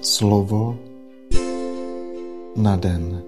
Slovo na den.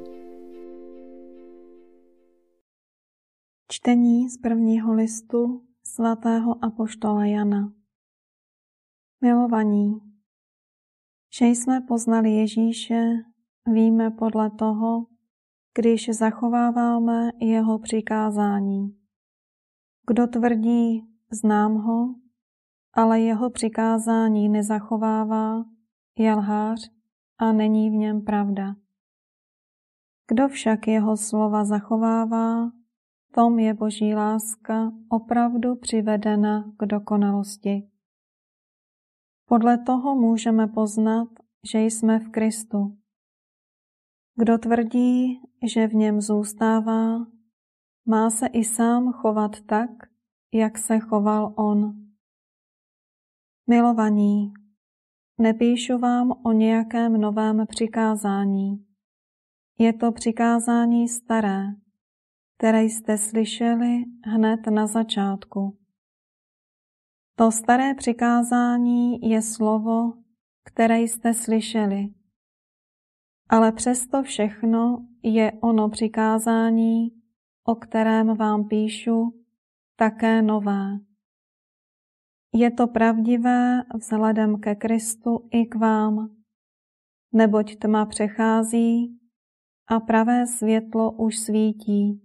Čtení z prvního listu svatého apoštola Jana. Milovaní, že jsme poznali Ježíše, víme podle toho, když zachováváme jeho přikázání. Kdo tvrdí, znám ho, ale jeho přikázání nezachovává, je lhář a není v něm pravda. Kdo však jeho slova zachovává, tom je Boží láska opravdu přivedena k dokonalosti. Podle toho můžeme poznat, že jsme v Kristu. Kdo tvrdí, že v něm zůstává, má se i sám chovat tak, jak se choval on. Milovaní, nepíšu vám o nějakém novém přikázání. Je to přikázání staré, které jste slyšeli hned na začátku. To staré přikázání je slovo, které jste slyšeli. Ale přesto všechno je ono přikázání, o kterém vám píšu, také nové. Je to pravdivé vzhledem ke Kristu i k vám, neboť tma přechází a pravé světlo už svítí.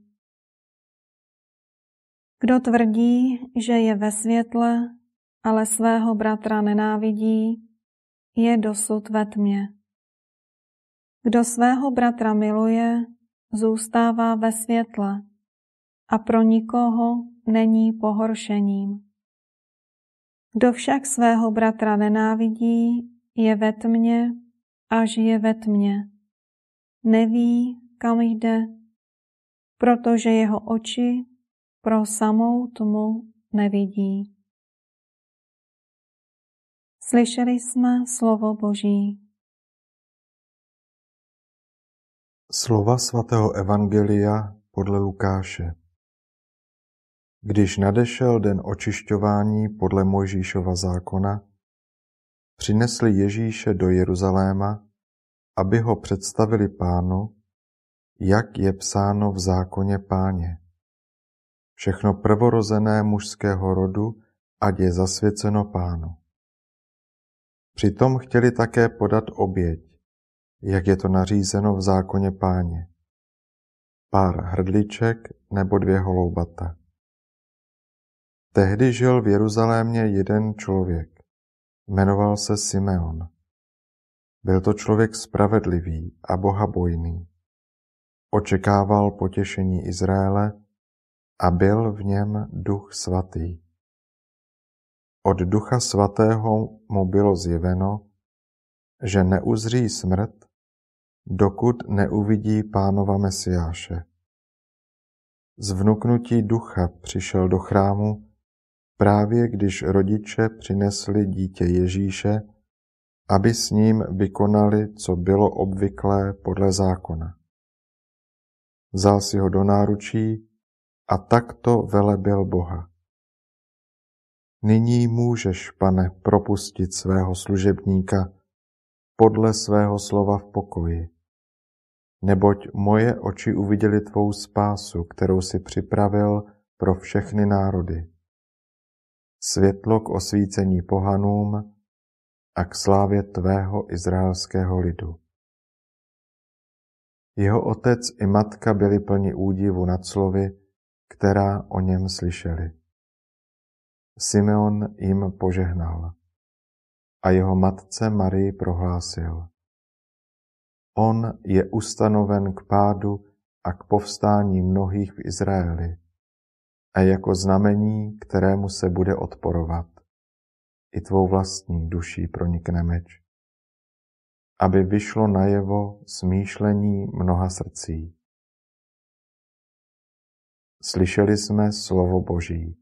Kdo tvrdí, že je ve světle, ale svého bratra nenávidí, je dosud ve tmě. Kdo svého bratra miluje, zůstává ve světle a pro nikoho není pohoršením. Kdo však svého bratra nenávidí, je ve tmě a žije ve tmě. Neví, kam jde, protože jeho oči pro samou tmu nevidí. Slyšeli jsme slovo Boží. Slova svatého evangelia podle Lukáše. Když nadešel den očišťování podle Mojžíšova zákona, přinesli Ježíše do Jeruzaléma, aby ho představili Pánu, jak je psáno v zákoně Páně. Všechno prvorozené mužského rodu, ať je zasvěceno Pánu. Přitom chtěli také podat oběť, jak je to nařízeno v zákoně Páně. Pár hrdliček nebo 2 holoubata. Tehdy žil v Jeruzalémě jeden člověk. Jmenoval se Simeon. Byl to člověk spravedlivý a bohabojný. Očekával potěšení Izraele a byl v něm Duch svatý. Od Ducha svatého mu bylo zjeveno, že neuzří smrt, dokud neuvidí Pánova Mesiáše. Z vnuknutí ducha přišel do chrámu, právě když rodiče přinesli dítě Ježíše, aby s ním vykonali, co bylo obvyklé podle zákona. Vzal si ho do náručí a takto velebil Boha. Nyní můžeš, Pane, propustit svého služebníka podle svého slova v pokoji, neboť moje oči uviděly tvou spásu, kterou si připravil pro všechny národy. Světlo k osvícení pohanům a k slávě tvého izraelského lidu. Jeho otec i matka byli plni údivu nad slovy, která o něm slyšeli. Simeon jim požehnal a jeho matce Marii prohlásil: On je ustanoven k pádu a k povstání mnohých v Izraeli a jako znamení, kterému se bude odporovat. I tvou vlastní duší pronikne meč, aby vyšlo najevo smýšlení mnoha srdcí. Slyšeli jsme slovo Boží.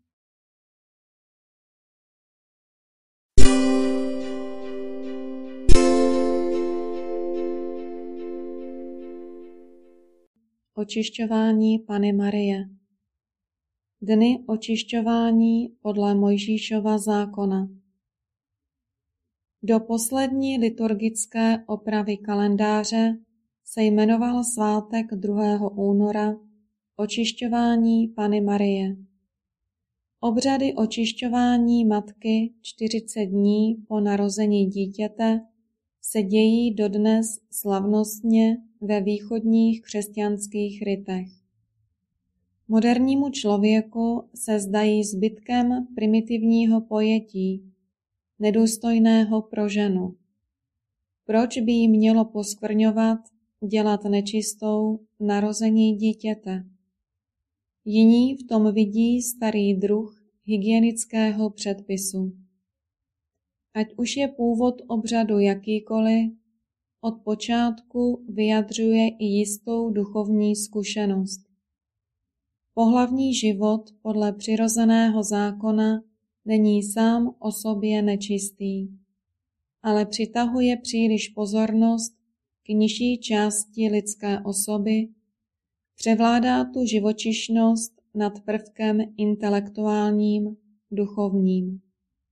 Očišťování Panny Marie. Dny očišťování podle Mojžíšova zákona. Do poslední liturgické opravy kalendáře se jmenoval svátek 2. února očišťování Panny Marie. Obřady očišťování matky 40 dní po narození dítěte se dějí dodnes slavnostně ve východních křesťanských ritech. Modernímu člověku se zdají zbytkem primitivního pojetí, nedůstojného pro ženu. Proč by jí mělo poskvrňovat, dělat nečistou narození dítěte? Jiní v tom vidí starý druh hygienického předpisu. Ať už je původ obřadu jakýkoliv, od počátku vyjadřuje i jistou duchovní zkušenost. Pohlavní život podle přirozeného zákona není sám o sobě nečistý, ale přitahuje příliš pozornost k nižší části lidské osoby, převládá tu živočišnost nad prvkem intelektuálním, duchovním.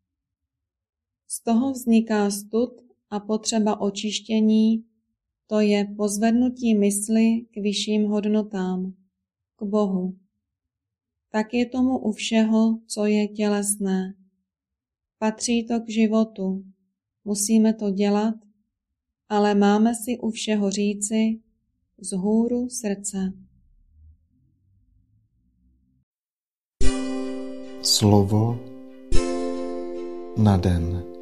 Z toho vzniká stud a potřeba očištění, to je pozvednutí mysli k vyšším hodnotám, k Bohu. Tak je tomu u všeho, co je tělesné. Patří to k životu, musíme to dělat, ale máme si u všeho říci vzhůru srdce. Slovo na den.